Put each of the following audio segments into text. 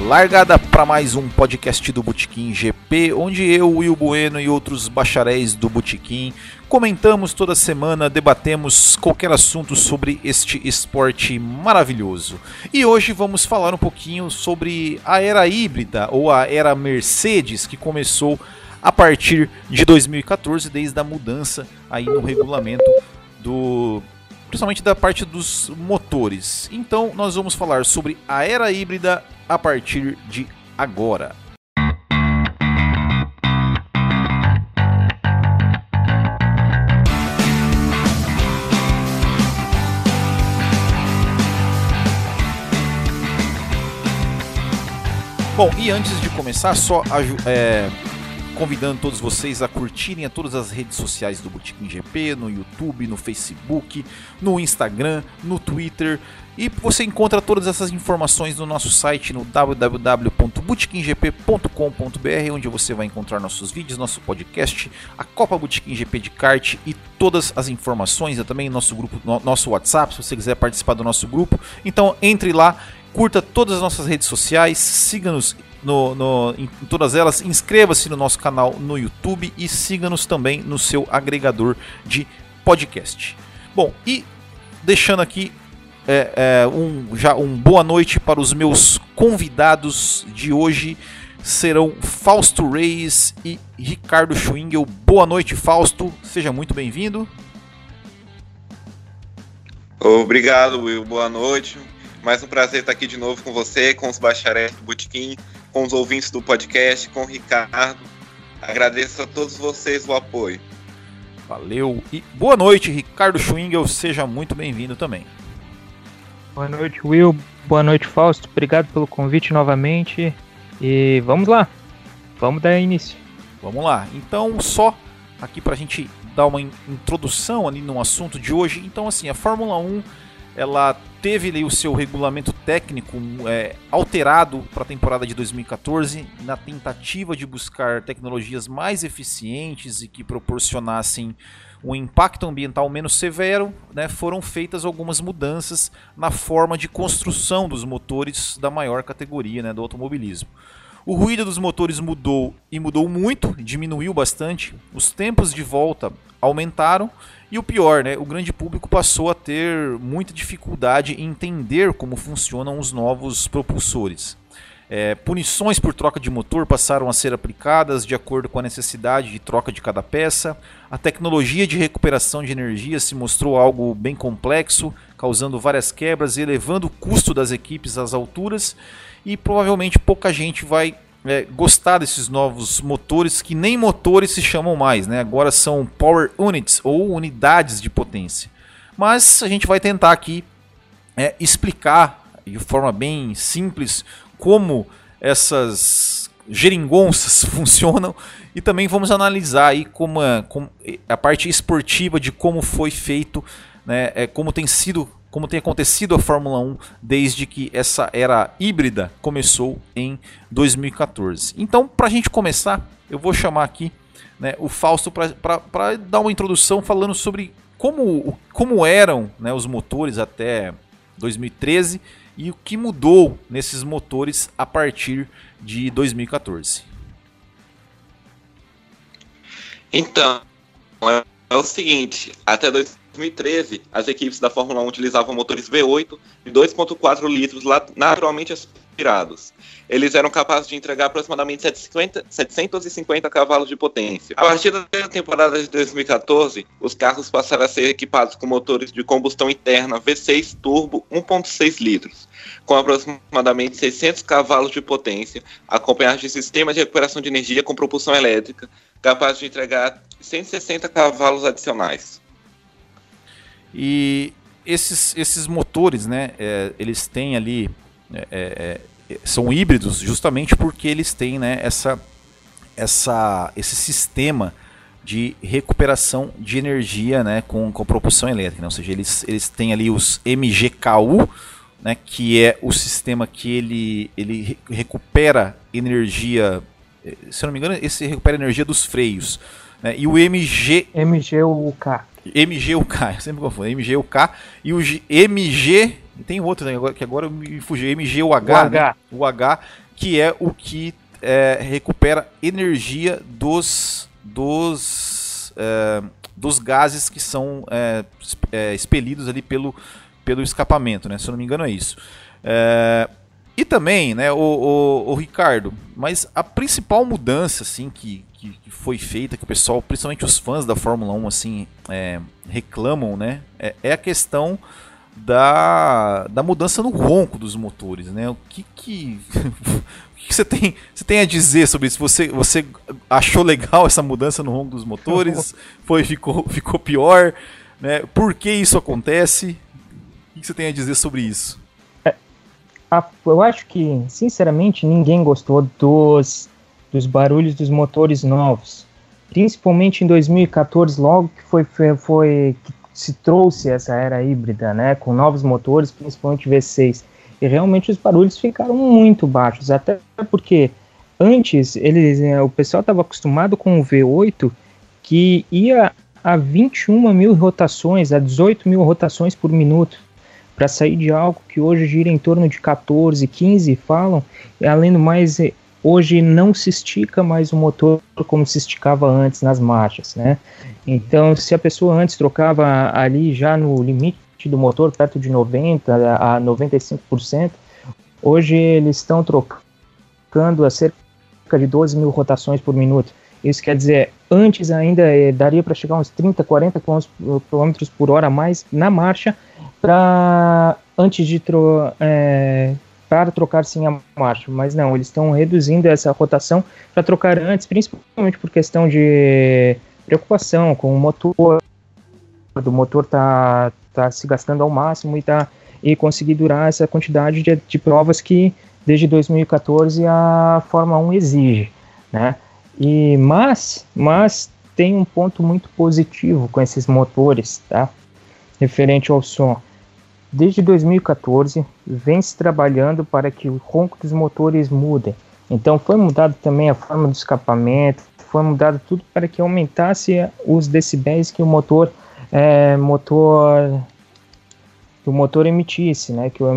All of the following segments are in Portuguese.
largada para mais um podcast do Botequim GP, onde eu, Will Bueno e outros bacharéis do Botequim comentamos toda semana, debatemos qualquer assunto sobre este esporte maravilhoso. E hoje vamos falar um pouquinho sobre a era híbrida, ou a era Mercedes, que começou a partir de 2014, desde a mudança aí no regulamento principalmente da parte dos motores. Então nós vamos falar sobre a era híbrida a partir de agora. Bom, e antes de começar, só convidando todos vocês a curtirem a todas as redes sociais do Botequim GP, no YouTube, no Facebook, no Instagram, no Twitter. E você encontra todas essas informações no nosso site no www.botequimgp.com.br, onde você vai encontrar nossos vídeos, nosso podcast, a Copa Botequim GP de kart e todas as informações. Também nosso grupo, nosso WhatsApp, se você quiser participar do nosso grupo. Então entre lá, curta todas as nossas redes sociais, siga-nos em todas elas, inscreva-se no nosso canal no YouTube e siga-nos também no seu agregador de podcast. Bom, e deixando aqui um boa noite para os meus convidados de hoje, serão Fausto Reis e Ricardo Schwingel. Boa noite, Fausto, seja muito bem-vindo. Obrigado, Will, boa noite. Mais um prazer estar aqui de novo com você, com os bacharéis do Botequim, com os ouvintes do podcast, com o Ricardo. Agradeço a todos vocês o apoio. Valeu. E boa noite, Ricardo Schwingel. Seja muito bem-vindo também. Boa noite, Will. Boa noite, Fausto. Obrigado pelo convite novamente. E vamos lá. Vamos dar início. Vamos lá. Então, só aqui para a gente dar uma introdução ali no assunto de hoje. Então, assim, a Fórmula 1... ela teve ali o seu regulamento técnico alterado para a temporada de 2014, na tentativa de buscar tecnologias mais eficientes e que proporcionassem um impacto ambiental menos severo, né, foram feitas algumas mudanças na forma de construção dos motores da maior categoria, né, do automobilismo. O ruído dos motores mudou muito, diminuiu bastante, os tempos de volta aumentaram e o pior, né, o grande público passou a ter muita dificuldade em entender como funcionam os novos propulsores. Punições por troca de motor passaram a ser aplicadas de acordo com a necessidade de troca de cada peça. A tecnologia de recuperação de energia se mostrou algo bem complexo, causando várias quebras e elevando o custo das equipes às alturas. E provavelmente pouca gente vai gostar desses novos motores, que nem motores se chamam mais, né? Agora são Power Units, ou unidades de potência. Mas a gente vai tentar aqui explicar de forma bem simples como essas geringonças funcionam, e também vamos analisar aí como a parte esportiva de como foi feito, né, como tem acontecido a Fórmula 1 desde que essa era híbrida começou em 2014. Então, para a gente começar, eu vou chamar aqui, né, o Fausto para dar uma introdução falando sobre como eram, né, os motores até 2013 e o que mudou nesses motores a partir de 2014. Então, é o seguinte, até 2013, as equipes da Fórmula 1 utilizavam motores V8 de 2.4 litros naturalmente aspirados. Eles eram capazes de entregar aproximadamente 750 cavalos de potência. A partir da temporada de 2014, os carros passaram a ser equipados com motores de combustão interna V6 turbo 1.6 litros, com aproximadamente 600 cavalos de potência, acompanhados de sistemas de recuperação de energia com propulsão elétrica, capaz de entregar 160 cavalos adicionais. E esses motores, né, eles têm ali, são híbridos justamente porque eles têm, né, esse sistema de recuperação de energia, né, com propulsão elétrica, né? Ou seja, eles têm ali os MGKU, né, que é o sistema que ele recupera energia, se eu não me engano, esse recupera energia dos freios, né, e o MGUK, eu sempre confundo, MGUK e o MG, tem outro, né, que agora me fugiu, MGUH, né, o H, que é o que recupera energia dos gases que são expelidos ali pelo escapamento, né? Se eu não me engano é isso. E também, né, o Ricardo, mas a principal mudança assim, que foi feita, que o pessoal, principalmente os fãs da Fórmula 1 assim, reclamam, né, é a questão da mudança no ronco dos motores, né? O que você tem a dizer sobre isso? Você achou legal essa mudança no ronco dos motores? Ficou pior? Né? Por que isso acontece? O que você tem a dizer sobre isso? Eu acho que, sinceramente, ninguém gostou dos barulhos dos motores novos. Principalmente em 2014, logo que foi que se trouxe essa era híbrida, né, com novos motores, principalmente V6. E realmente os barulhos ficaram muito baixos, até porque antes o pessoal estava acostumado com o V8, que ia a 21 mil rotações, a 18 mil rotações por minuto, para sair de algo que hoje gira em torno de 14, 15, falam, e além do mais, hoje não se estica mais o motor como se esticava antes nas marchas, né? Então, se a pessoa antes trocava ali já no limite do motor, perto de 90% a 95%, hoje eles estão trocando a cerca de 12 mil rotações por minuto. Isso quer dizer, antes ainda daria para chegar uns 30, 40 km por hora a mais na marcha, para trocar sim a marcha, mas não, eles estão reduzindo essa rotação para trocar antes, principalmente por questão de preocupação com o motor, do motor tá se gastando ao máximo e conseguir durar essa quantidade de provas que desde 2014 a Fórmula 1 exige, né? Mas tem um ponto muito positivo com esses motores, tá? Referente ao som. Desde 2014, vem se trabalhando para que o ronco dos motores mude. Então foi mudado também a forma do escapamento, foi mudado tudo para que aumentasse os decibéis que o motor emitisse, né? Que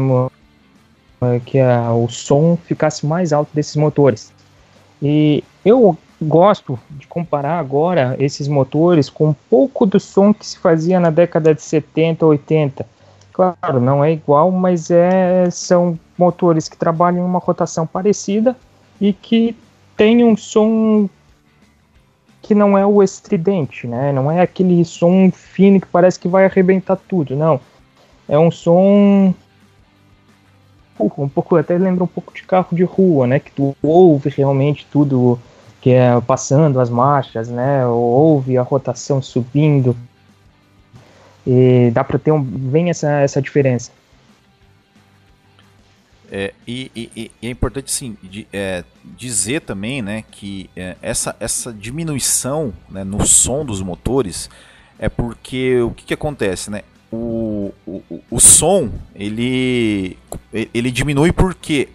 o som ficasse mais alto desses motores. E eu gosto de comparar agora esses motores com um pouco do som que se fazia na década de 70, 80. Claro, não é igual, mas são motores que trabalham em uma rotação parecida e que tem um som que não é o estridente, né? Não é aquele som fino que parece que vai arrebentar tudo, não. É um som um pouco, até lembra um pouco de carro de rua, né? Que tu ouve realmente tudo que é passando as marchas, né? Ouve a rotação subindo. E dá para ter bem essa diferença. E é importante sim, dizer também, né, que essa diminuição, né, no som dos motores é porque o que acontece, né? O som ele diminui porque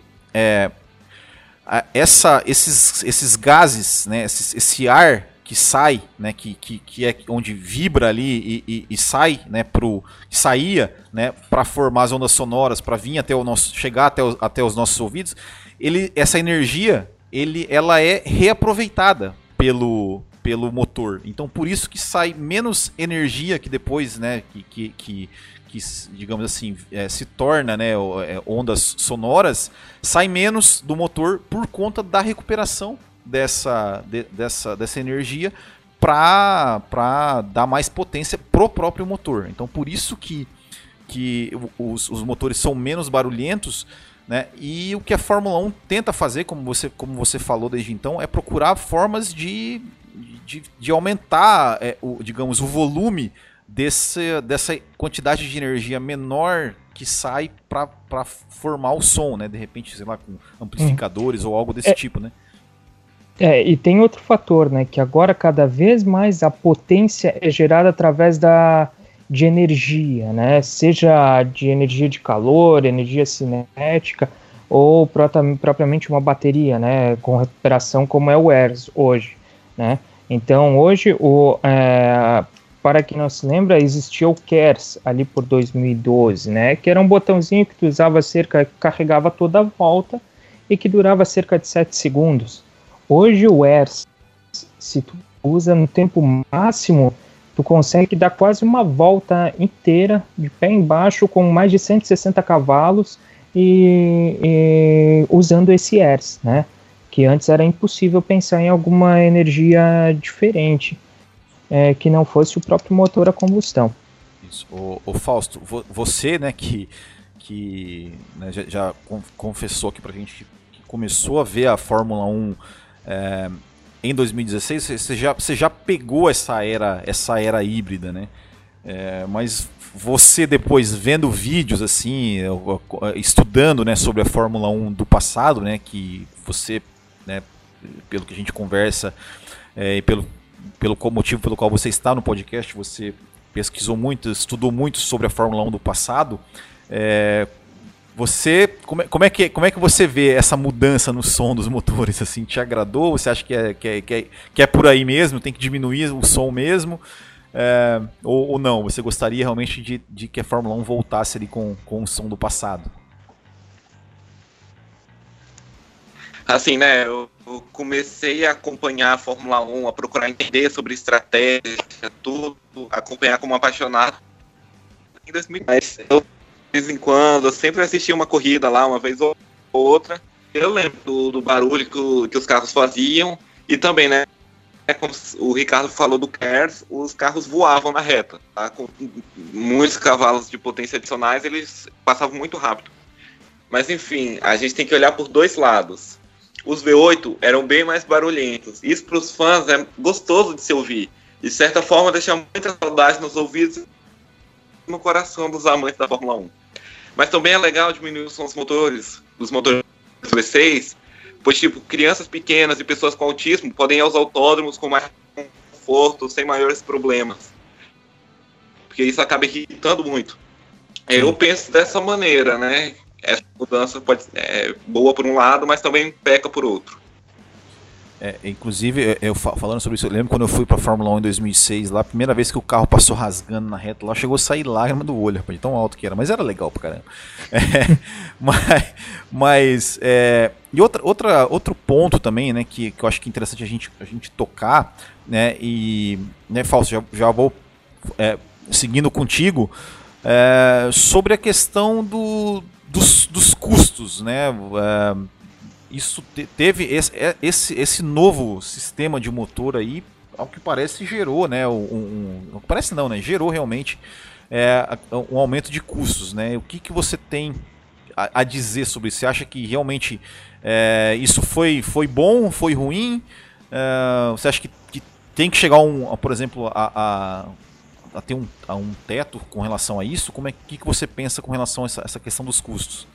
esses gases, né, esse ar que sai, né, que é onde vibra ali e sai, né, saía, né, para formar as ondas sonoras, para vir chegar até os nossos ouvidos, essa energia ela é reaproveitada pelo motor. Então por isso que sai menos energia que depois, né, que digamos assim, se torna, né, ondas sonoras, sai menos do motor por conta da recuperação dessa energia para dar mais potência pro próprio motor. Então por isso que os motores são menos barulhentos, né? E o que a Fórmula 1 tenta fazer, como você falou desde então, é procurar formas de aumentar digamos, o volume dessa quantidade de energia menor que sai para formar o som, né? De repente, sei lá, com amplificadores ou algo desse tipo, né? E tem outro fator, né? Que agora cada vez mais a potência é gerada através de energia, né? Seja de energia de calor, energia cinética ou propriamente uma bateria, né? Com recuperação, como é o ERS hoje, né? Então hoje, para quem não se lembra, existia o KERS ali por 2012, né? Que era um botãozinho que tu usava carregava toda a volta e que durava cerca de 7 segundos. Hoje o Air, se tu usa no tempo máximo, tu consegue dar quase uma volta inteira de pé embaixo com mais de 160 cavalos e usando esse ERS, né? Que antes era impossível pensar em alguma energia diferente que não fosse o próprio motor a combustão. Isso. O Fausto, você, né, que né, já confessou aqui pra gente que começou a ver a Fórmula 1 em 2016, você já pegou essa era híbrida, né? Mas você depois vendo vídeos assim, estudando, né, sobre a Fórmula 1 do passado, né, que você, né, pelo que a gente conversa e pelo motivo pelo qual você está no podcast, você pesquisou muito, estudou muito sobre a Fórmula 1 do passado. Você, como é que você vê essa mudança no som dos motores? Assim, te agradou? Você acha que é por aí mesmo? Tem que diminuir o som mesmo? Ou não? Você gostaria realmente de que a Fórmula 1 voltasse ali com o som do passado? Assim, né? Eu comecei a acompanhar a Fórmula 1, a procurar entender sobre estratégia, tudo, acompanhar como apaixonado em 2010. De vez em quando, eu sempre assistia uma corrida lá, uma vez ou outra. Eu lembro do barulho que os carros faziam e também, né, como o Ricardo falou do KERS, os carros voavam na reta, tá? Com muitos cavalos de potência adicionais, eles passavam muito rápido. Mas enfim, a gente tem que olhar por dois lados. Os V8 eram bem mais barulhentos. Isso para os fãs é gostoso de se ouvir. De certa forma, deixa muita saudade nos ouvidos e no coração dos amantes da Fórmula 1. Mas também é legal diminuir o som dos motores V6, pois tipo, crianças pequenas e pessoas com autismo podem ir aos autódromos com mais conforto, sem maiores problemas. Porque isso acaba irritando muito. Eu penso dessa maneira, né? Essa mudança pode ser boa por um lado, mas também peca por outro. Inclusive, eu falando sobre isso, eu lembro quando eu fui pra Fórmula 1 em 2006, lá, a primeira vez que o carro passou rasgando na reta, lá chegou a sair lágrima do olho, rapaz, tão alto que era, mas era legal pra caramba. E outro ponto também, né, que eu acho que é interessante a gente tocar, né, e, né, Fausto, já vou seguindo contigo, sobre a questão dos custos, né, isso teve esse novo sistema de motor aí, ao que parece gerou, né, parece não, né, gerou realmente um aumento de custos, né? O que você tem a dizer sobre isso? Você acha que realmente isso foi bom, foi ruim? Você acha que tem que chegar por exemplo, a ter um teto com relação a isso? Como que você pensa com relação a essa questão dos custos?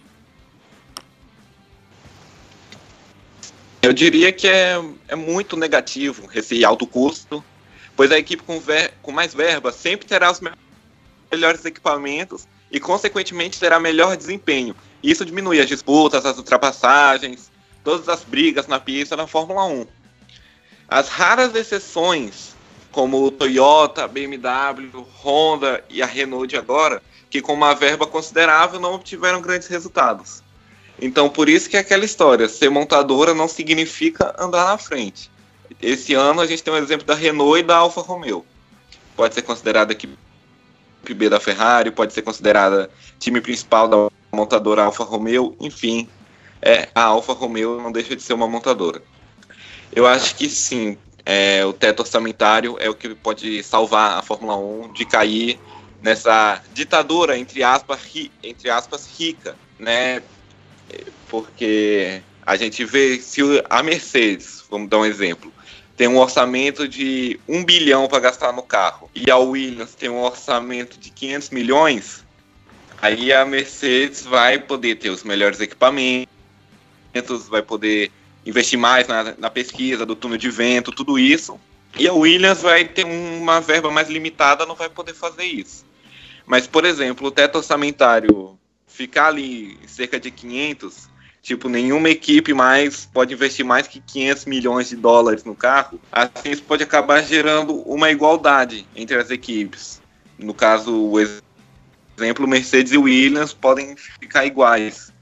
Eu diria que é muito negativo esse alto custo, pois a equipe com mais verba sempre terá os melhores equipamentos e, consequentemente, terá melhor desempenho. Isso diminui as disputas, as ultrapassagens, todas as brigas na pista na Fórmula 1. As raras exceções, como o Toyota, BMW, Honda e a Renault de agora, que com uma verba considerável não obtiveram grandes resultados. Então, por isso que é aquela história, ser montadora não significa andar na frente. Esse ano a gente tem um exemplo da Renault e da Alfa Romeo. Pode ser considerada equipe B da Ferrari, pode ser considerada time principal da montadora Alfa Romeo, enfim, a Alfa Romeo não deixa de ser uma montadora. Eu acho que sim, o teto orçamentário é o que pode salvar a Fórmula 1 de cair nessa ditadura, entre aspas, rica, né? Porque a gente vê, se a Mercedes, vamos dar um exemplo, tem um orçamento de 1 bilhão para gastar no carro, e a Williams tem um orçamento de 500 milhões, aí a Mercedes vai poder ter os melhores equipamentos, vai poder investir mais na pesquisa do túnel de vento, tudo isso, e a Williams vai ter uma verba mais limitada, não vai poder fazer isso. Mas, por exemplo, o teto orçamentário ficar ali cerca de 500, tipo, nenhuma equipe mais pode investir mais que 500 milhões de dólares no carro, assim isso pode acabar gerando uma igualdade entre as equipes. No caso, o exemplo, Mercedes e Williams podem ficar iguais.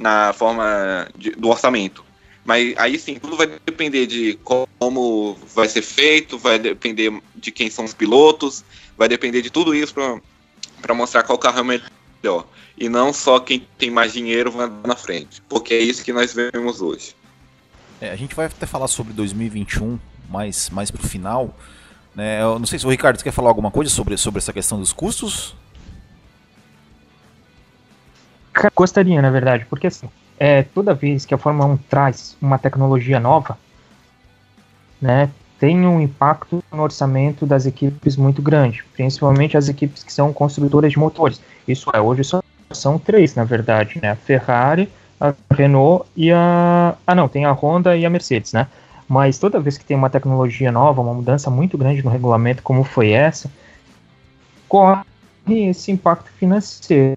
na forma do orçamento. Mas aí sim, tudo vai depender de como vai ser feito, vai depender de quem são os pilotos, vai depender de tudo isso para mostrar qual carro é melhor. E não só quem tem mais dinheiro vai andar na frente, porque é isso que nós vemos hoje. A gente vai até falar sobre 2021 mais pro final, né? Eu não sei se o Ricardo você quer falar alguma coisa sobre essa questão dos custos? Gostaria, na verdade, porque assim, toda vez que a Fórmula 1 traz uma tecnologia nova, né, tem um impacto no orçamento das equipes muito grande, principalmente as equipes que são construtoras de motores. Isso hoje só são 3, na verdade, né, a Ferrari, a Renault e tem a Honda e a Mercedes, né, mas toda vez que tem uma tecnologia nova, uma mudança muito grande no regulamento, como foi essa, corre esse impacto financeiro.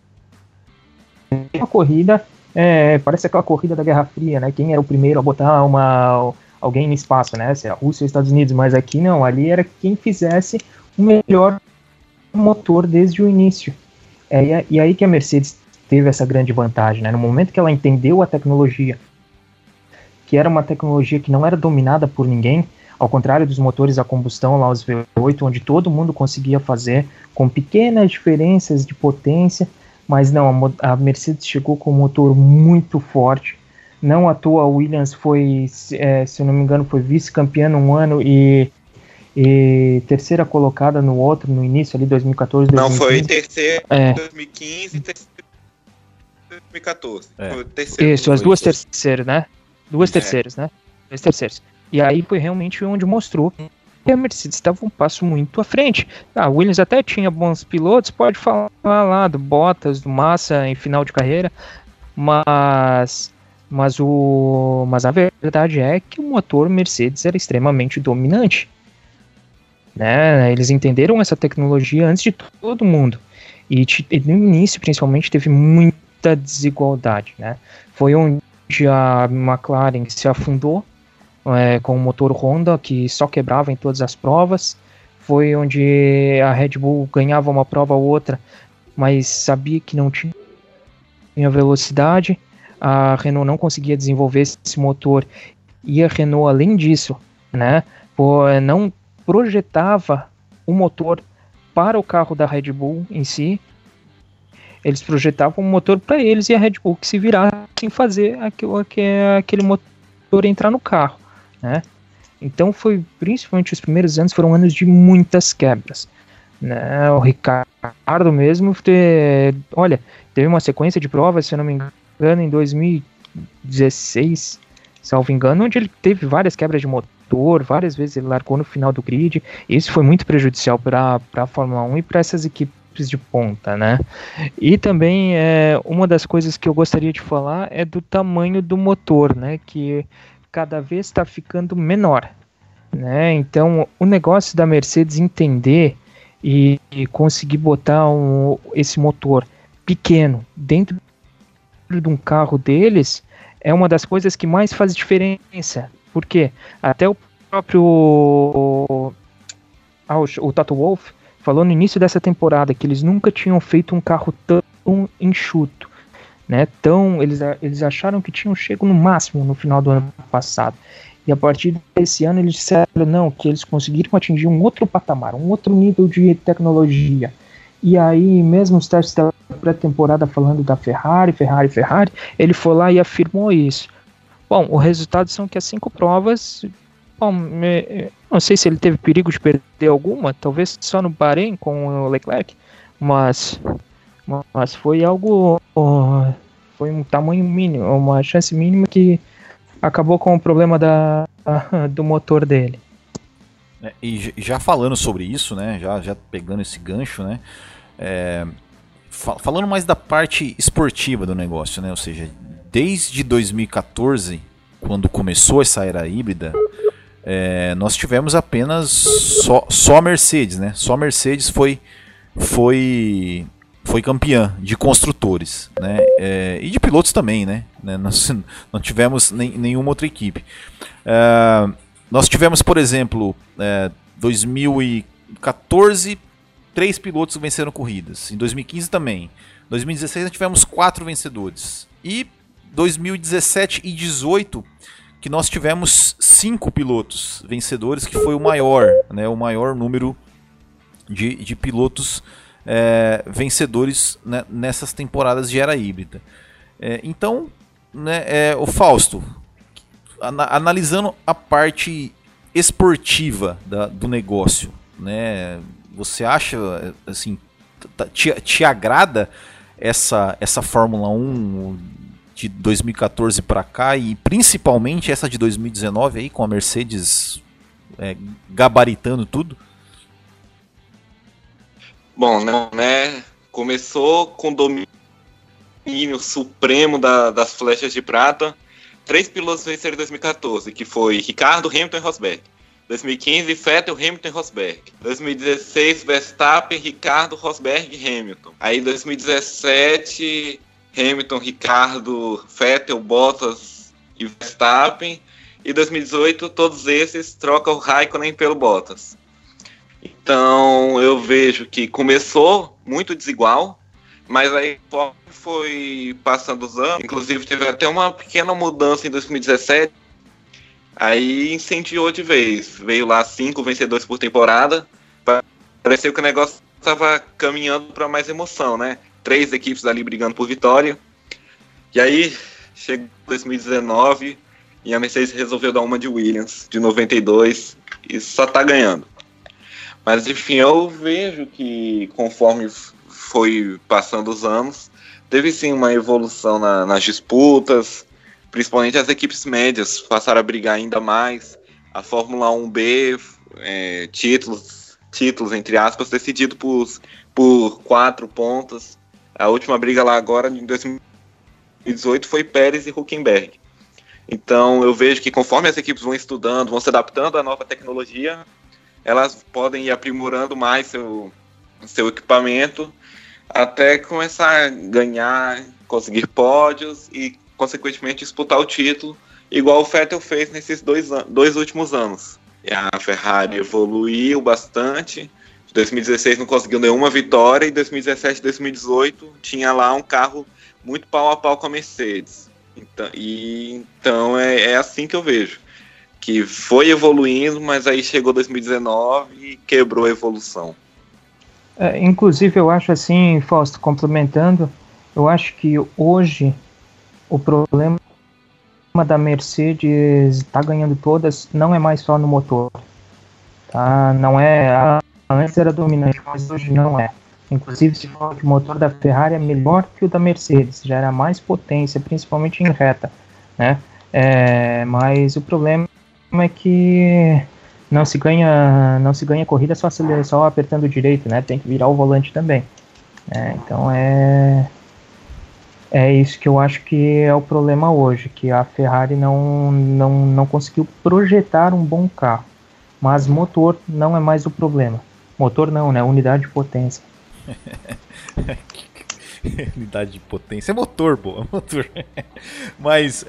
A corrida parece aquela corrida da Guerra Fria, né? Quem era o primeiro a botar alguém no espaço, né? Se é a Rússia e os Estados Unidos, mas aqui não, ali era quem fizesse o melhor motor desde o início. E aí que a Mercedes teve essa grande vantagem, né? No momento que ela entendeu a tecnologia, que era uma tecnologia que não era dominada por ninguém, ao contrário dos motores a combustão lá, os V8, onde todo mundo conseguia fazer com pequenas diferenças de potência. Mas não, a Mercedes chegou com um motor muito forte. Não à toa a Williams foi, se eu não me engano, foi vice-campeã num ano e terceira colocada no outro, no início ali, 2014, 2015. Não, foi terceira em 2015 e terceira em 2014. Foi terceiro. Isso, as duas terceiras, né? Duas terceiras, né? Duas terceiras. E aí foi realmente onde mostrou que a Mercedes estava um passo muito à frente. A Williams até tinha bons pilotos, pode falar lá do Bottas, do Massa em final de carreira, mas a verdade é que o motor Mercedes era extremamente dominante, né? Eles entenderam essa tecnologia antes de todo mundo, e no início principalmente teve muita desigualdade, né? Foi onde a McLaren se afundou com o motor Honda, que só quebrava em todas as provas. Foi onde a Red Bull ganhava uma prova ou outra, mas sabia que não tinha velocidade. A Renault não conseguia desenvolver esse motor, e a Renault, além disso, né, não projetava o motor para o carro da Red Bull em si. Eles projetavam um motor para eles e a Red Bull que se virasse em fazer aquele motor entrar no carro, né? Então foi, principalmente os primeiros anos, foram anos de muitas quebras, né? O Ricardo mesmo teve uma sequência de provas, se eu não me engano, em 2016, salvo engano, onde ele teve várias quebras de motor, várias vezes ele largou no final do grid. Isso foi muito prejudicial para a Fórmula 1 e para essas equipes de ponta, né? E também uma das coisas que eu gostaria de falar é do tamanho do motor, né? Que cada vez está ficando menor, né? Então o negócio da Mercedes entender e conseguir botar esse motor pequeno dentro de um carro deles é uma das coisas que mais faz diferença, porque até o próprio o Toto Wolff falou no início dessa temporada que eles nunca tinham feito um carro tão enxuto, né? Eles acharam que tinham chego no máximo no final do ano passado. E a partir desse ano eles disseram não, que eles conseguiram atingir um outro patamar, um outro nível de tecnologia. E aí, mesmo os testes da pré-temporada falando da Ferrari, ele foi lá e afirmou isso. Bom, os resultados são que as 5 provas... Bom, não sei se ele teve perigo de perder alguma, talvez só no Bahrein com o Leclerc, mas foi algo, foi um tamanho mínimo, uma chance mínima que acabou com o problema do motor dele. E já falando sobre isso, né, já pegando esse gancho, né, falando mais da parte esportiva do negócio, né, ou seja, desde 2014, quando começou essa era híbrida, nós tivemos apenas só Mercedes, né? Só Mercedes foi campeã de construtores, né? E de pilotos também, né? Nós não tivemos nenhuma outra equipe. Nós tivemos, por exemplo, 2014, 3 pilotos venceram corridas. Em 2015 também. Em 2016 nós tivemos 4 vencedores. E 2017 e 18 que nós tivemos 5 pilotos vencedores, que foi o maior, né, o maior número de pilotos vencedores, né, nessas temporadas de era híbrida. Então, né, o Fausto, analisando a parte esportiva do negócio, né, você acha, assim, te agrada essa Fórmula 1 de 2014 para cá, e principalmente essa de 2019 aí, com a Mercedes gabaritando tudo? Bom, né? Começou com domínio supremo das flechas de prata. 3 pilotos venceram em 2014, que foi Ricardo, Hamilton e Rosberg. 2015, Vettel, Hamilton e Rosberg. 2016, Verstappen, Ricardo, Rosberg e Hamilton. Aí 2017... Hamilton, Ricardo, Vettel, Bottas e Verstappen. E 2018, todos esses trocam o Raikkonen pelo Bottas. Então, eu vejo que começou muito desigual, mas aí foi passando os anos. Inclusive, teve até uma pequena mudança em 2017. Aí incendiou de vez. Veio lá 5 vencedores por temporada. Pareceu que o negócio estava caminhando para mais emoção, né? 3 equipes ali brigando por vitória. E aí, chegou 2019 e a Mercedes resolveu dar uma de Williams, de 92, e só tá ganhando. Mas, enfim, eu vejo que conforme foi passando os anos, teve sim uma evolução nas disputas, principalmente as equipes médias passaram a brigar ainda mais. A Fórmula 1B, títulos, entre aspas, decidido por 4 pontos. A última briga lá agora, em 2018, foi Pérez e Hülkenberg. Então eu vejo que conforme as equipes vão estudando, vão se adaptando à nova tecnologia, elas podem ir aprimorando mais seu equipamento, até começar a ganhar, conseguir pódios e, consequentemente, disputar o título, igual o Vettel fez nesses 2 últimos anos. E a Ferrari evoluiu bastante. 2016 não conseguiu nenhuma vitória, e 2017 e 2018 tinha lá um carro muito pau a pau com a Mercedes. Então é assim que eu vejo, que foi evoluindo, mas aí chegou 2019 e quebrou a evolução. Inclusive eu acho assim, Fausto, complementando, eu acho que hoje o problema da Mercedes está ganhando todas, não é mais só no motor, tá? Não é... Antes era dominante, mas hoje não é. Inclusive, se fala que o motor da Ferrari é melhor que o da Mercedes, já era mais potência, principalmente em reta, né? Mas o problema é que não se ganha corrida só apertando direito, né? Tem que virar o volante também. Então é isso que eu acho que é o problema hoje, que a Ferrari não conseguiu projetar um bom carro. Mas motor não é mais o problema. Motor não, né? Unidade de potência. Unidade de potência. É motor, pô. É motor. Mas,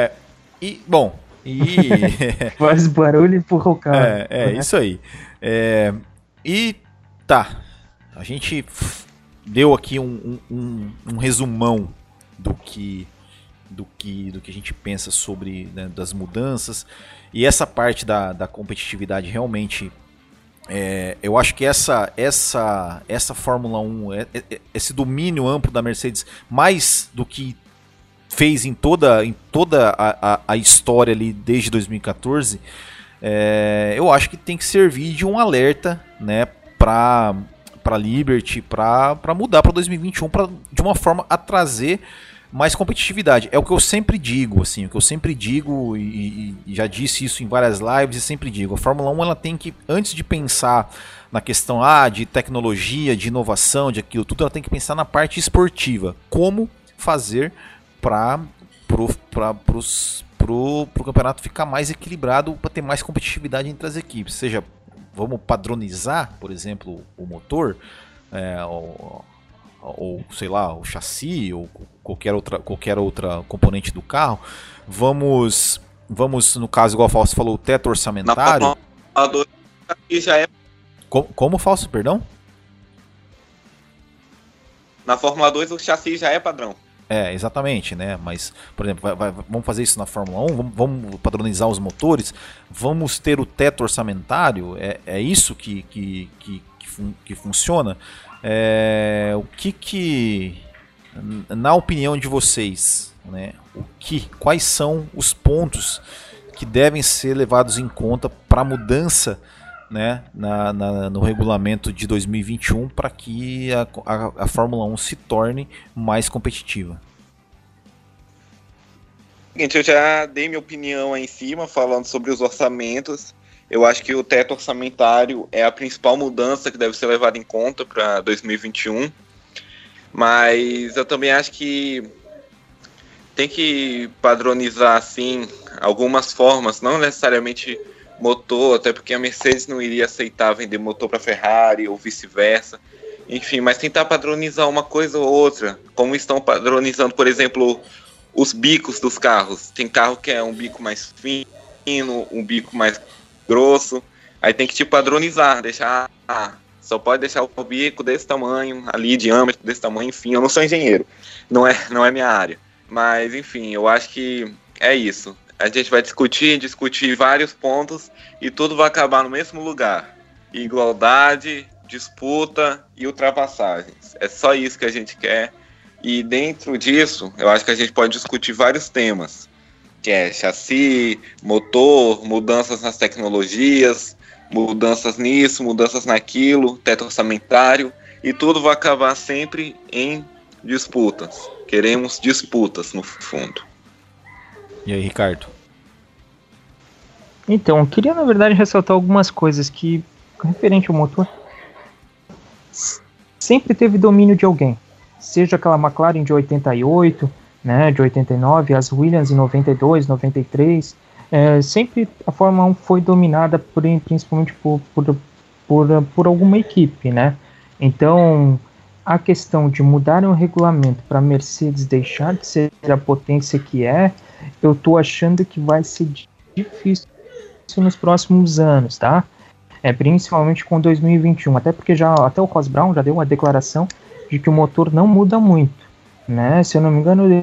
faz barulho e empurra o carro. Né? Isso aí. E tá. A gente deu aqui um resumão do que a gente pensa sobre, né, das mudanças. E essa parte da competitividade realmente, eu acho que essa Fórmula 1, esse domínio amplo da Mercedes, mais do que fez em toda a história ali desde 2014, eu acho que tem que servir de um alerta, né, para Liberty, para mudar para 2021, de uma forma a trazer mais competitividade. É o que eu sempre digo, assim, e já disse isso em várias lives e sempre digo, a Fórmula 1 ela tem que, antes de pensar na questão de tecnologia, de inovação, de aquilo tudo, ela tem que pensar na parte esportiva, como fazer para o campeonato ficar mais equilibrado, para ter mais competitividade entre as equipes, seja, vamos padronizar, por exemplo, o motor, ou sei lá, o chassi, ou qualquer outra componente do carro. Vamos, no caso, igual o Fausto falou, o teto orçamentário. Na Fórmula 2 já é... Como, Fausto, perdão? Na Fórmula 2 o chassi já é padrão. Exatamente, né? Mas, por exemplo, vamos fazer isso na Fórmula 1, vamos padronizar os motores, vamos ter o teto orçamentário, é isso que funciona? O que, na opinião de vocês, né, quais são os pontos que devem ser levados em conta para a mudança, né, no regulamento de 2021 para que a Fórmula 1 se torne mais competitiva? Seguinte, eu já dei minha opinião aí em cima, falando sobre os orçamentos. Eu acho que o teto orçamentário é a principal mudança que deve ser levada em conta para 2021. Mas eu também acho que tem que padronizar, assim, algumas formas, não necessariamente motor, até porque a Mercedes não iria aceitar vender motor para a Ferrari ou vice-versa. Enfim, mas tentar padronizar uma coisa ou outra, como estão padronizando, por exemplo, os bicos dos carros. Tem carro que é um bico mais fino, um bico mais grosso, aí tem que padronizar, deixar... só pode deixar o bico desse tamanho, ali, diâmetro desse tamanho, enfim, eu não sou engenheiro, não é minha área. Mas, enfim, eu acho que é isso. A gente vai discutir vários pontos e tudo vai acabar no mesmo lugar. Igualdade, disputa e ultrapassagens. É só isso que a gente quer. E dentro disso, eu acho que a gente pode discutir vários temas, que é chassi, motor, mudanças nas tecnologias, mudanças nisso, mudanças naquilo, teto orçamentário, e tudo vai acabar sempre em disputas. Queremos disputas, no fundo. E aí, Ricardo? Então, eu queria, na verdade, ressaltar algumas coisas que, referente ao motor, sempre teve domínio de alguém. Seja aquela McLaren de 88, né, de 89, as Williams em 92, 93, sempre a Fórmula 1 foi dominada principalmente por alguma equipe, né? Então, a questão de mudar o regulamento para a Mercedes deixar de ser a potência que eu tô achando que vai ser difícil nos próximos anos, tá? Principalmente com 2021, até porque até o Ross Brown já deu uma declaração de que o motor não muda muito, né? Se eu não me engano,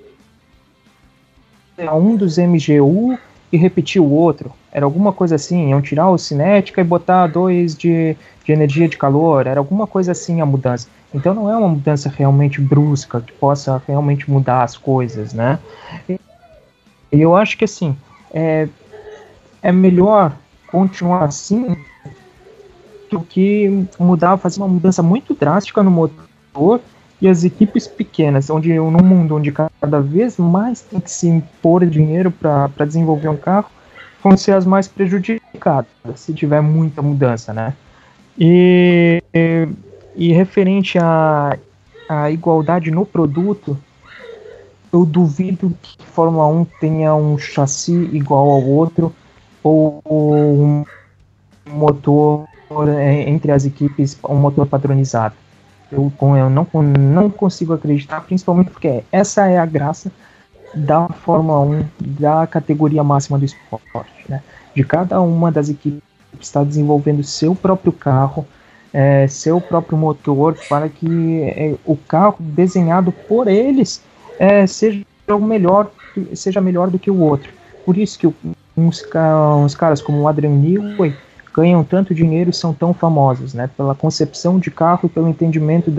um dos MGU e repetir o outro, era alguma coisa assim, iam tirar o cinética e botar 2 de energia de calor, era alguma coisa assim a mudança. Então não é uma mudança realmente brusca, que possa realmente mudar as coisas, né? E eu acho que assim, é melhor continuar assim do que fazer uma mudança muito drástica no motor e as equipes pequenas, num mundo onde cada vez mais tem que se impor dinheiro para desenvolver um carro, vão ser as mais prejudicadas, se tiver muita mudança, né? E referente à igualdade no produto, eu duvido que a Fórmula 1 tenha um chassi igual ao outro, ou um motor entre as equipes, um motor padronizado. Eu não consigo acreditar, principalmente porque essa é a graça da Fórmula 1, da categoria máxima do esporte, né? De cada uma das equipes estar desenvolvendo seu próprio carro, seu próprio motor, para que o carro desenhado por eles seja melhor do que o outro. Por isso que uns caras como o Adrian Newey ganham tanto dinheiro e são tão famosos, né? Pela concepção de carro e pelo entendimento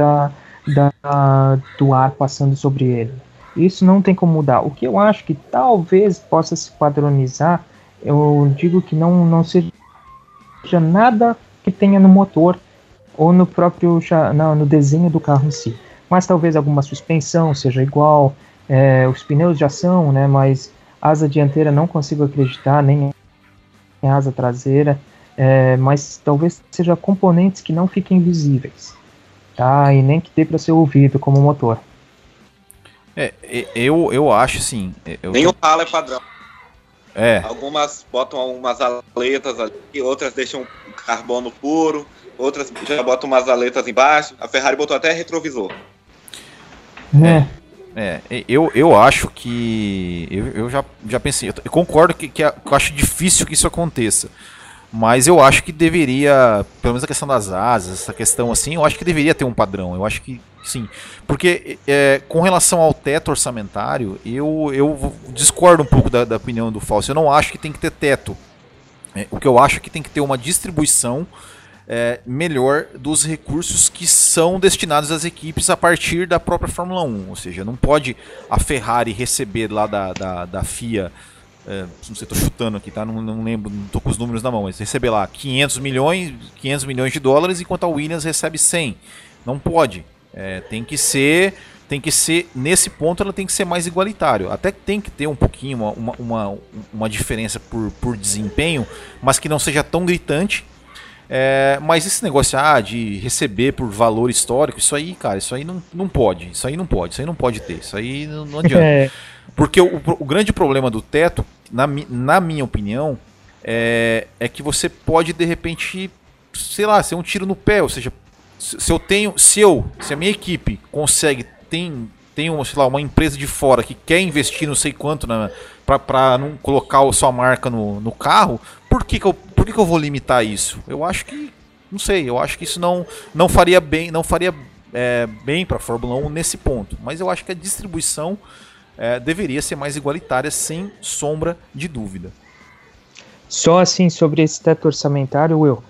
do ar passando sobre ele. Isso não tem como mudar. O que eu acho que talvez possa se padronizar, eu digo que não seja nada que tenha no motor ou no próprio no desenho do carro em si. Mas talvez alguma suspensão seja igual, os pneus já são, né? Mas asa dianteira não consigo acreditar, nem a asa traseira. Mas talvez seja componentes que não fiquem visíveis, tá? E nem que dê para ser ouvido como motor. Eu acho assim. Nem o palo é padrão. Algumas botam umas aletas ali, outras deixam carbono puro, outras já botam umas aletas embaixo. A Ferrari botou até retrovisor. Eu acho que. Eu já pensei. Eu concordo que eu acho difícil que isso aconteça. Mas eu acho que deveria, pelo menos a questão das asas, essa questão assim, eu acho que deveria ter um padrão. Eu acho que sim. Porque com relação ao teto orçamentário, eu discordo um pouco da opinião do Fausto. Eu não acho que tem que ter teto. O que eu acho é que tem que ter uma distribuição melhor dos recursos que são destinados às equipes a partir da própria Fórmula 1. Ou seja, não pode a Ferrari receber lá da FIA, não sei, estou chutando aqui, tá? Não lembro, não estou com os números na mão, mas receber lá 500 milhões de dólares, enquanto a Williams recebe 100. Não pode. Tem que ser, nesse ponto ela tem que ser mais igualitário. Até que tem que ter um pouquinho, uma diferença por desempenho, mas que não seja tão gritante. Mas esse negócio de receber por valor histórico, isso aí, cara, isso aí não pode. Isso aí não pode ter. Isso aí não adianta. Porque o grande problema do teto, na minha opinião, é que você pode, de repente, sei lá, ser um tiro no pé. Ou seja, se a minha equipe consegue, tem uma empresa de fora que quer investir não sei quanto para não colocar a sua marca no carro, por que eu vou limitar isso? Eu acho que, não sei, eu acho que isso não faria bem para a Fórmula 1 nesse ponto. Mas eu acho que a distribuição deveria ser mais igualitária, sem sombra de dúvida. Só assim, sobre esse teto orçamentário, Will,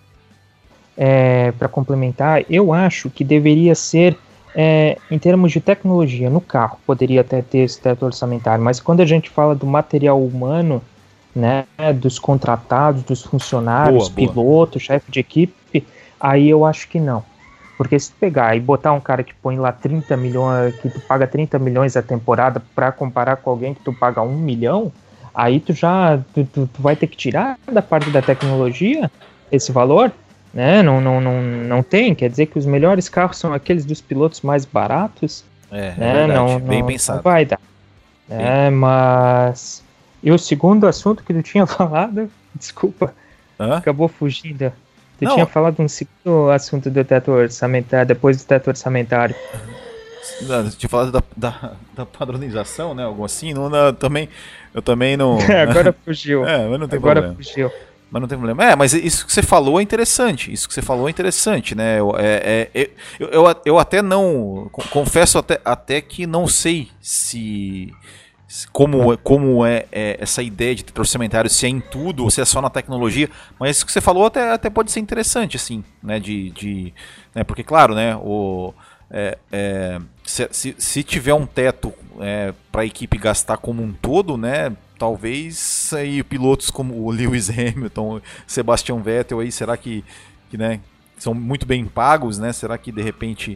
para complementar, eu acho que deveria ser, em termos de tecnologia, no carro, poderia até ter esse teto orçamentário, mas quando a gente fala do material humano, né, dos contratados, dos funcionários, piloto, chefe de equipe, aí eu acho que não. Porque se tu pegar e botar um cara que põe lá 30 milhões, que tu paga 30 milhões a temporada, para comparar com alguém que tu paga 1 milhão, aí tu vai ter que tirar da parte da tecnologia esse valor, né? Não tem, quer dizer que os melhores carros são aqueles dos pilotos mais baratos, né? Verdade, bem pensado. Não vai dar. Mas... E o segundo assunto que tu tinha falado, desculpa, acabou fugindo. Tu tinha falado um segundo assunto do teto orçamentário, depois do teto orçamentário. Não, tinha falado da padronização, né? Algo assim. Eu também não. Agora fugiu. Mas não tem problema. Fugiu. Mas não tem problema. Mas isso que você falou é interessante. Né? Eu até não. Confesso até que não sei se. Como é essa ideia de teto orçamentário, se é em tudo ou se é só na tecnologia, mas isso que você falou até pode ser interessante, assim, né, né, porque claro, né, se tiver um teto para a equipe gastar como um todo, né, talvez aí pilotos como o Lewis Hamilton, Sebastian Vettel, aí, será que né, são muito bem pagos, né, será que de repente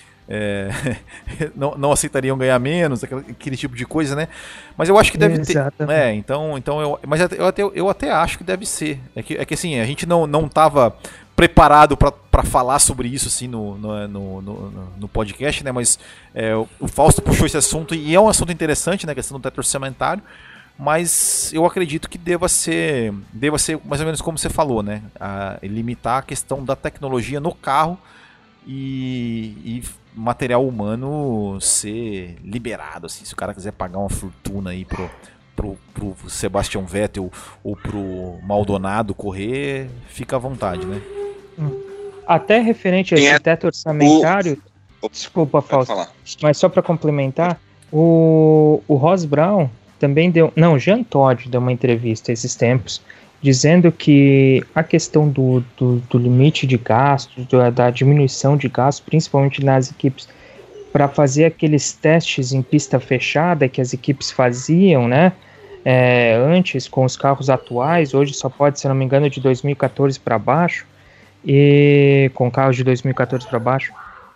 não aceitariam ganhar menos, aquele tipo de coisa, né? Mas eu acho que deve ter. Mas eu até acho que deve ser. É que assim, a gente não estava preparado para falar sobre isso assim no podcast, né? Mas o Fausto puxou esse assunto e é um assunto interessante, né? A questão do teto orçamentário. Mas eu acredito que deva ser mais ou menos como você falou, né? Limitar a questão da tecnologia no carro e material humano ser liberado, assim, se o cara quiser pagar uma fortuna aí pro Sebastian Vettel ou pro Maldonado correr, fica à vontade, né? Até referente a esse teto orçamentário, desculpa, Fausto, mas só para complementar, o Ross Brown também Jean Todt deu uma entrevista esses tempos, dizendo que a questão do limite de gastos, da diminuição de gastos, principalmente nas equipes, para fazer aqueles testes em pista fechada que as equipes faziam, né, antes com os carros atuais, hoje só pode, se não me engano, de 2014 para baixo, e com carros de 2014 para baixo,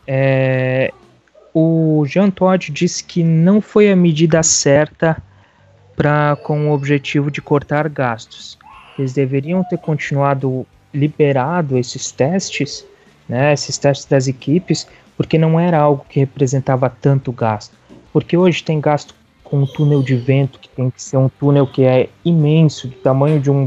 o Jean Todt disse que não foi a medida certa com o objetivo de cortar gastos. Eles deveriam ter continuado liberado esses testes, né, esses testes das equipes, porque não era algo que representava tanto gasto. Porque hoje tem gasto com um túnel de vento, que tem que ser um túnel que é imenso, do tamanho de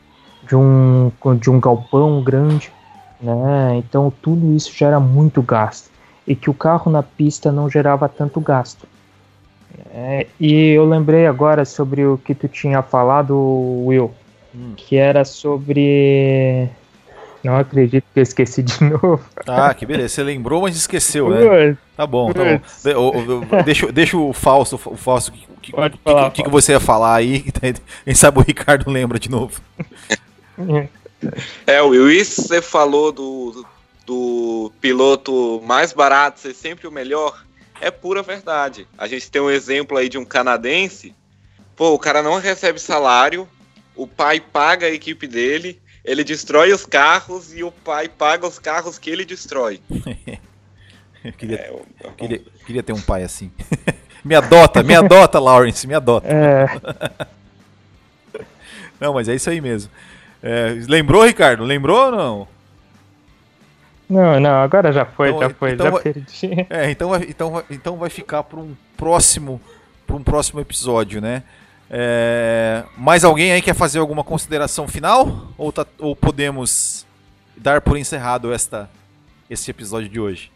um galpão grande, né? Então tudo isso gera muito gasto, e que o carro na pista não gerava tanto gasto. E eu lembrei agora sobre o que tu tinha falado, Will, que era sobre Não acredito que eu esqueci de novo. Ah, que beleza. Você lembrou, mas esqueceu, né? Tá bom, tá bom. Deixa o Fausto. O Fausto, o que você ia falar aí? Quem sabe o Ricardo lembra de novo. Will, isso você falou do piloto mais barato ser sempre o melhor, é pura verdade. A gente tem um exemplo aí de um canadense. Pô, o cara não recebe salário, o pai paga a equipe dele, ele destrói os carros e o pai paga os carros que ele destrói. Eu queria ter um pai assim. Me adota, Lawrence, me adota. Não, mas é isso aí mesmo. Lembrou, Ricardo? Lembrou ou não? Não, agora já foi, então, já perdi. Então vai ficar para um próximo episódio, né? Mais alguém aí quer fazer alguma consideração final? Ou podemos dar por encerrado esse episódio de hoje?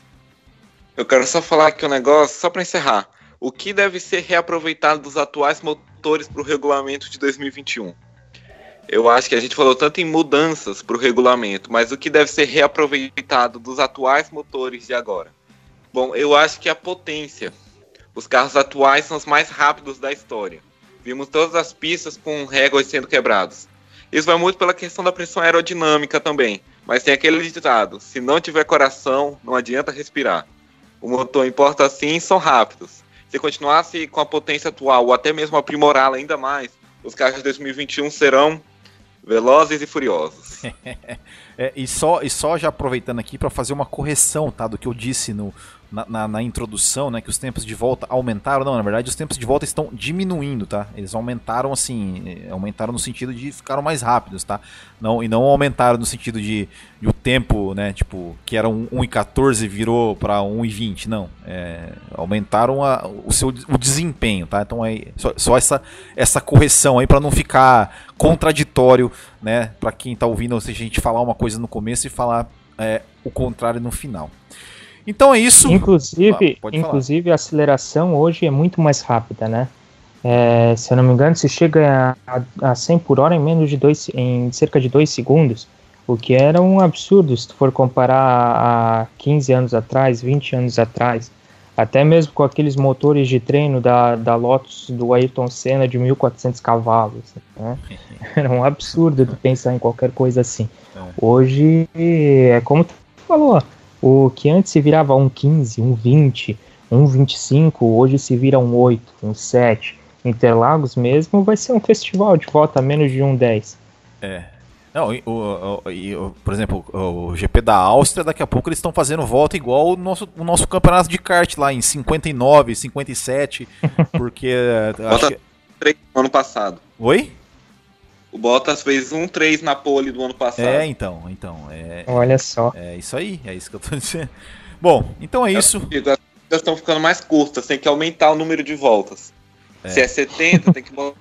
Eu quero só falar aqui um negócio, só para encerrar. O que deve ser reaproveitado dos atuais motores para o regulamento de 2021? Eu acho que a gente falou tanto em mudanças para o regulamento, mas o que deve ser reaproveitado dos atuais motores de agora? Bom, eu acho que a potência. Os carros atuais são os mais rápidos da história. Vimos todas as pistas com réguas sendo quebrados. Isso vai muito pela questão da pressão aerodinâmica também, mas tem aquele ditado: se não tiver coração, não adianta respirar. O motor importa sim, são rápidos. Se continuasse com a potência atual, ou até mesmo aprimorá-la ainda mais, os carros de 2021 serão velozes e furiosos. E só já aproveitando aqui para fazer uma correção, tá, do que eu disse na introdução, né, que os tempos de volta aumentaram. Não, na verdade os tempos de volta estão diminuindo, tá? Eles aumentaram aumentaram no sentido de ficaram mais rápidos, tá? E não aumentaram no sentido de o tempo, né, tipo, que era 1:14 virou para 1:20, não. Aumentaram o desempenho, tá? Então só essa correção aí para não ficar contraditório, né, para quem tá ouvindo, ou seja, a gente falar uma coisa no começo e falar o contrário no final. Então é isso. Inclusive a aceleração hoje é muito mais rápida, né? Se eu não me engano, se chega a 100 por hora em cerca de 2 segundos, o que era um absurdo se tu for comparar a 15 anos atrás, 20 anos atrás, até mesmo com aqueles motores de treino da Lotus do Ayrton Senna de 1.400 cavalos, né? Era um absurdo tu pensar em qualquer coisa assim. Hoje, como tu falou, o que antes se virava 1:15, 1:20, 1:25, hoje se vira 1:8, 1:7. Interlagos mesmo vai ser um festival de volta a menos de 1:10. Não, por exemplo, o GP da Áustria, daqui a pouco eles estão fazendo volta igual o nosso campeonato de kart lá em 59, 57, porque... Bottas 3 no ano passado. Oi? O Bottas fez 1:3 na pole do ano passado. Então. Olha só. É isso aí, é isso que eu tô dizendo. Bom, então é isso. As corridas estão ficando mais curtas, tem que aumentar o número de voltas. Se é 70, tem que botar...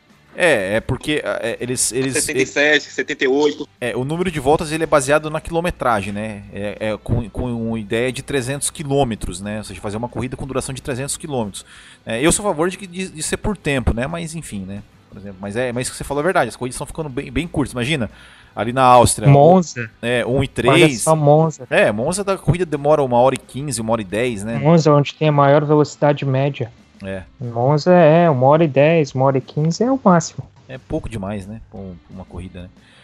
porque eles 77, 78. O número de voltas ele é baseado na quilometragem, né? Com uma ideia de 300 quilômetros, né? Ou seja, fazer uma corrida com duração de 300 quilômetros. Eu sou a favor de ser por tempo, né? Mas enfim, né? Por exemplo, mas isso que você falou é verdade. As corridas estão ficando bem curtas. Imagina, ali na Áustria, Monza. 1:03. Olha só, Monza. Monza da corrida demora 1h15, 1h10, né? Monza, onde tem a maior velocidade média. Monza 1h10, 1h15 é o máximo. É pouco demais, né? Pra uma corrida,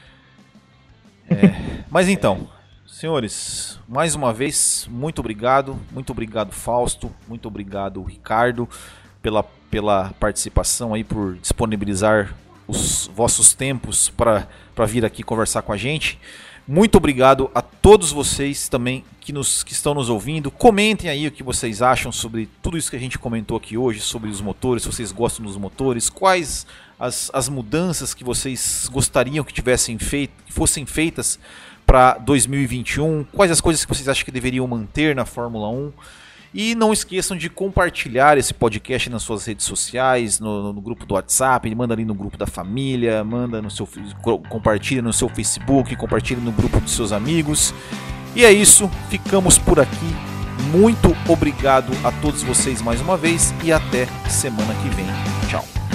né? Mas então, senhores, mais uma vez, muito obrigado. Muito obrigado, Fausto. Muito obrigado, Ricardo, pela participação aí, por disponibilizar os vossos tempos para vir aqui conversar com a gente. Muito obrigado a todos vocês também que estão nos ouvindo. Comentem aí o que vocês acham sobre tudo isso que a gente comentou aqui hoje, sobre os motores, se vocês gostam dos motores, quais as mudanças que vocês gostariam que fossem feitas para 2021, quais as coisas que vocês acham que deveriam manter na Fórmula 1. E não esqueçam de compartilhar esse podcast nas suas redes sociais, no grupo do WhatsApp, manda ali no grupo da família, compartilha no seu Facebook, compartilha no grupo dos seus amigos. E é isso, ficamos por aqui. Muito obrigado a todos vocês mais uma vez e até semana que vem. Tchau.